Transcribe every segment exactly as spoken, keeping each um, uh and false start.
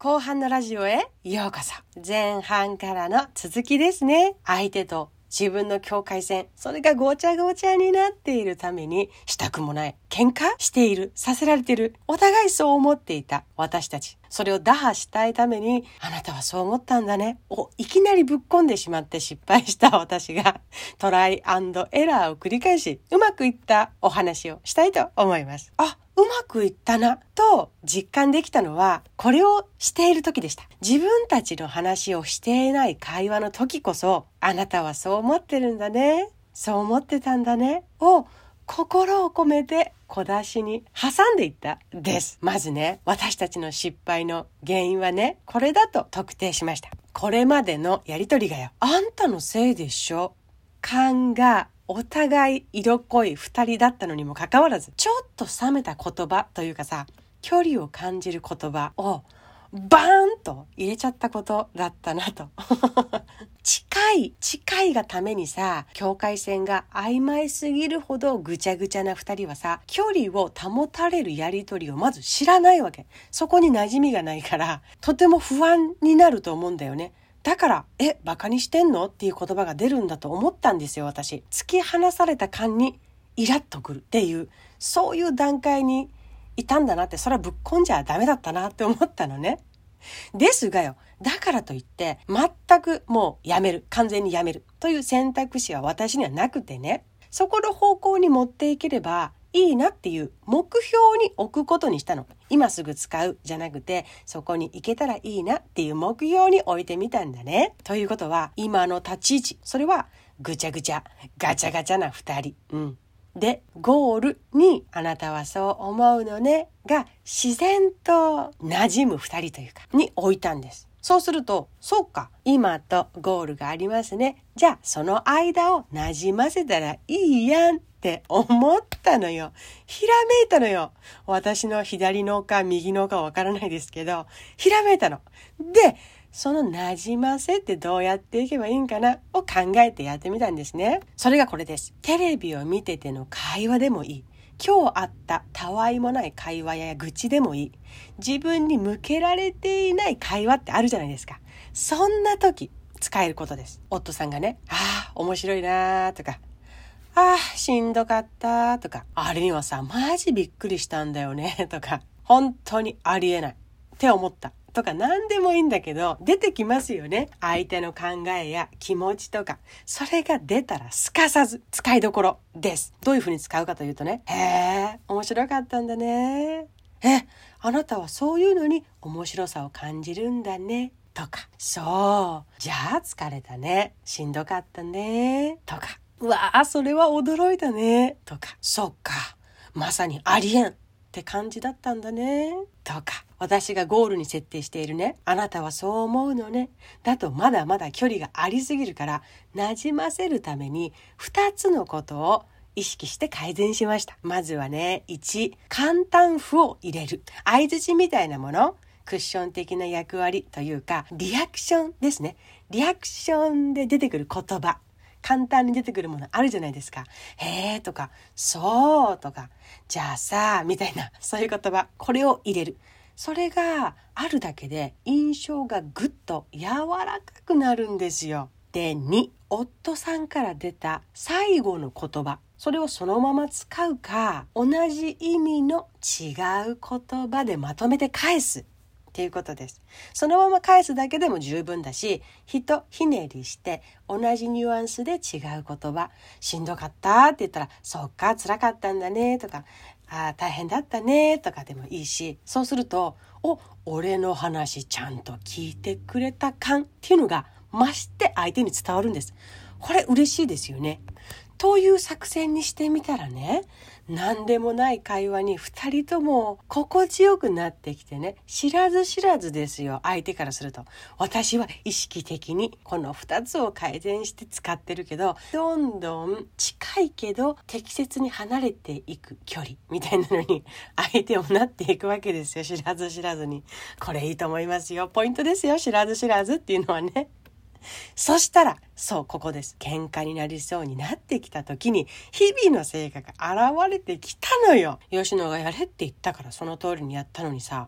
後半のラジオへようこそ。前半からの続きですね。相手と自分の境界線、それがごちゃごちゃになっているためにしたくもない。喧嘩している。させられている。お互いそう思っていた私たち。それを打破したいために、あなたはそう思ったんだね。をいきなりぶっこんでしまって失敗した私がトライアンドエラーを繰り返し、うまくいったお話をしたいと思います。あ、うまくいったなと実感できたのはこれをしている時でした。自分たちの話をしていない会話の時こそ、あなたはそう思ってるんだね、そう思ってたんだねを心を込めて小出しに挟んでいったです。まずね、私たちの失敗の原因はね、これだと特定しました。これまでのやりとりがよ、あんたのせいでしょ。勘がお互い色濃い二人だったのにもかかわらず、ちょっと冷めた言葉というかさ、距離を感じる言葉をバーンと入れちゃったことだったなと近い近いがためにさ、境界線が曖昧すぎるほどぐちゃぐちゃな二人はさ、距離を保たれるやりとりをまず知らないわけ。そこに馴染みがないから、とても不安になると思うんだよね。だから、え、バカにしてんのっていう言葉が出るんだと思ったんですよ、私。突き放された感にイラッとくるっていう、そういう段階にいたんだなって、それはぶっこんじゃダメだったなって思ったのね。ですがよ、だからといって、全くもうやめる、完全にやめるという選択肢は私にはなくてね、そこの方向に持っていければいいなっていう目標に置くことにしたの。今すぐ使うじゃなくて、そこに行けたらいいなっていう目標に置いてみたんだね。ということは、今の立ち位置、それはぐちゃぐちゃ、ガチャガチャな二人。うん。で、ゴールにあなたはそう思うのねが自然と馴染む二人というか、に置いたんです。そうすると、そうか、今とゴールがありますね。じゃあ、その間を馴染ませたらいいやんって思ったのよ。ひらめいたのよ。私の左脳か右脳かわからないですけど、ひらめいたの。で、その馴染ませってどうやっていけばいいんかなを考えてやってみたんですね。それがこれです。テレビを見てての会話でもいい。今日あったたわいもない会話や愚痴でもいい。自分に向けられていない会話ってあるじゃないですか。そんな時使えることです。夫さんがね、ああ面白いなとか、ああしんどかったとか、あれにはさマジびっくりしたんだよねとか、本当にありえないって思ったとか、何でもいいんだけど出てきますよね。相手の考えや気持ちとか、それが出たらすかさず使いどころです。どういうふうに使うかというとね、へえ面白かったんだね、えあなたはそういうのに面白さを感じるんだねとか、そうじゃあ疲れたね、しんどかったねとか、うわあそれは驚いたねとか、そっかまさにありえんって感じだったんだねとか、私がゴールに設定しているね、あなたはそう思うのねだとまだまだ距離がありすぎるから、馴染ませるためにふたつのことを意識して改善しました。まずはね、いち、簡単符を入れる。相槌みたいなもの、クッション的な役割というかリアクションですね。リアクションで出てくる言葉、簡単に出てくるものあるじゃないですか。へーとか、そうとか、じゃあさみたいな、そういう言葉、これを入れる。それがあるだけで印象がぐっと柔らかくなるんですよ。で、に、夫さんから出た最後の言葉、それをそのまま使うか、同じ意味の違う言葉でまとめて返すっていうことです。そのまま返すだけでも十分だし、ひとひねりして同じニュアンスで違う言葉、しんどかったって言ったら、そうか辛かったんだねとか、あ大変だったねとかでもいいし、そうすると、お俺の話ちゃんと聞いてくれた感っていうのが増して相手に伝わるんです。これ嬉しいですよね。という作戦にしてみたらね、何でもない会話にふたりとも心地よくなってきてね、知らず知らずですよ、相手からすると。私は意識的にこのふたつを改善して使ってるけど、どんどん近いけど適切に離れていく距離みたいなのに相手をなっていくわけですよ、知らず知らずに。これいいと思いますよ。ポイントですよ、知らず知らずっていうのはね。そしたら、そうここです。喧嘩になりそうになってきた時に日々の成果が現れてきたのよ。吉野がやれって言ったからその通りにやったのにさ、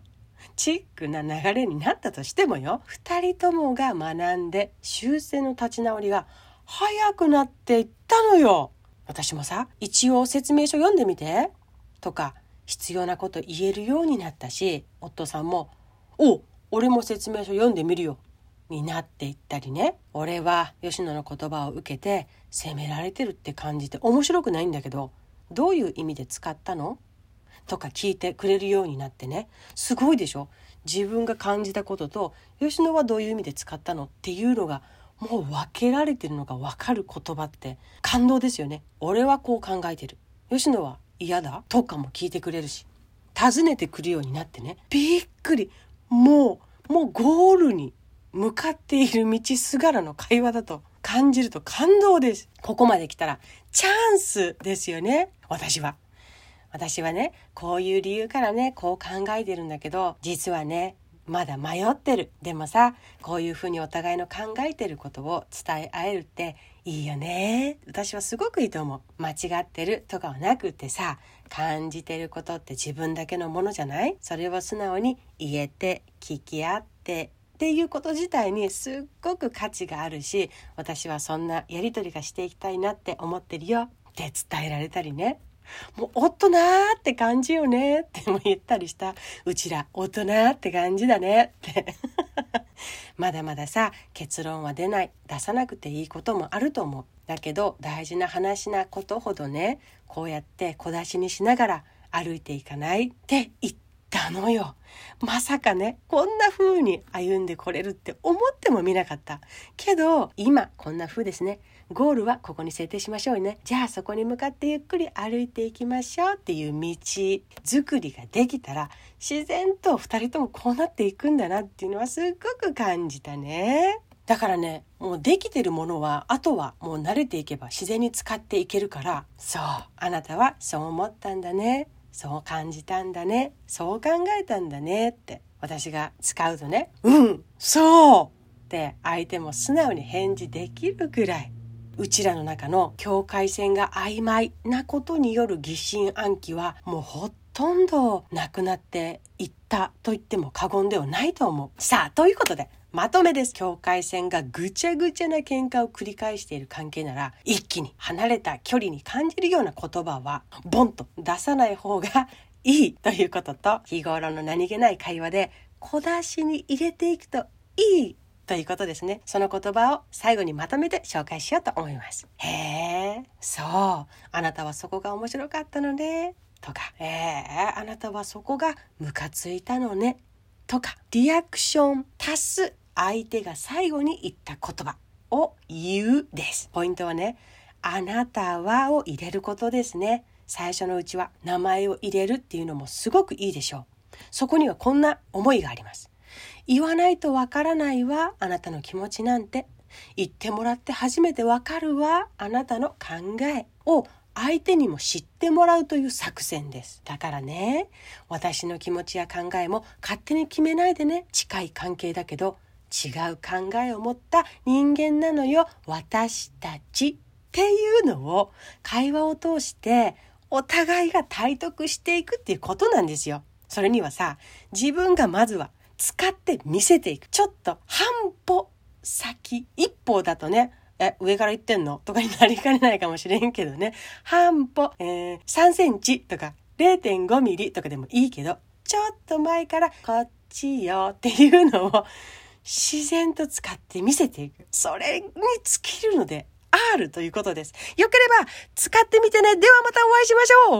チックな流れになったとしてもよ、二人ともが学んで修正の立ち直りが早くなっていったのよ。私もさ、一応説明書読んでみてとか必要なこと言えるようになったし、夫さんもお俺も説明書読んでみるよになっていったりね。俺は吉野の言葉を受けて責められてるって感じて面白くないんだけど、どういう意味で使ったのとか聞いてくれるようになってね。すごいでしょ。自分が感じたことと吉野はどういう意味で使ったのっていうのがもう分けられてるのが分かる言葉って感動ですよね。俺はこう考えてる、吉野は嫌だとかも聞いてくれるし、尋ねてくるようになってね、びっくり。もうもうゴールに向かっている道すがらの会話だと感じると感動です。ここまで来たらチャンスですよね。私は私はね、こういう理由からねこう考えてるんだけど、実はねまだ迷ってる。でもさ、こういうふうにお互いの考えてることを伝え合えるっていいよね。私はすごくいいと思う。間違ってるとかはなくってさ、感じてることって自分だけのものじゃない？それを素直に言えて聞き合ってっていうこと自体にすっごく価値があるし、私はそんなやり取りがしていきたいなって思ってるよって伝えられたりね。もう大人って感じよねっても言ったりした。うちら大人って感じだねってまだまださ、結論は出ない、出さなくていいこともあると思う。だけど大事な話なことほどね、こうやって小出しにしながら歩いていかないって言ったのよ。まさかね、こんな風に歩んでこれるって思ってもみなかったけど、今こんな風ですね。ゴールはここに設定しましょうね。じゃあそこに向かってゆっくり歩いていきましょうっていう道作りができたら、自然と二人ともこうなっていくんだなっていうのはすっごく感じたね。だからね、もうできてるものはあとはもう慣れていけば自然に使っていけるから、そう、あなたはそう思ったんだね、そう感じたんだね、そう考えたんだねって私が使うとね、うんそうって相手も素直に返事できるくらい、うちらの中の境界線が曖昧なことによる疑心暗鬼はもうほとんどなくなっていったと言っても過言ではないと思う。さあ、ということでまとめです。境界線がぐちゃぐちゃな喧嘩を繰り返している関係なら、一気に離れた距離に感じるような言葉はボンと出さない方がいいということと、日頃の何気ない会話で小出しに入れていくといいということですね。その言葉を最後にまとめて紹介しようと思います。へえ、そう、あなたはそこが面白かったのねとか、えー、あなたはそこがムカついたのねとか、リアクション足す相手が最後に言った言葉を言うです。ポイントはね、あなたはを入れることですね。最初のうちは名前を入れるっていうのもすごくいいでしょう。そこにはこんな思いがあります。言わないとわからないわ、あなたの気持ちなんて。言ってもらって初めてわかるわ、あなたの考えを相手にも知ってもらうという作戦です。だからね、私の気持ちや考えも勝手に決めないでね。近い関係だけど違う考えを持った人間なのよ、私たちっていうのを会話を通してお互いが体得していくっていうことなんですよ。それにはさ、自分がまずは使って見せていく。ちょっと半歩先、一歩だとね、え、上から言ってんのとかになりかねないかもしれんけどね。半歩、えー、さんセンチとか れいてんごミリとかでもいいけど、ちょっと前からこっちよっていうのを自然と使って見せていく。それに尽きるのであるということです。よければ使ってみてね。ではまたお会いしましょう。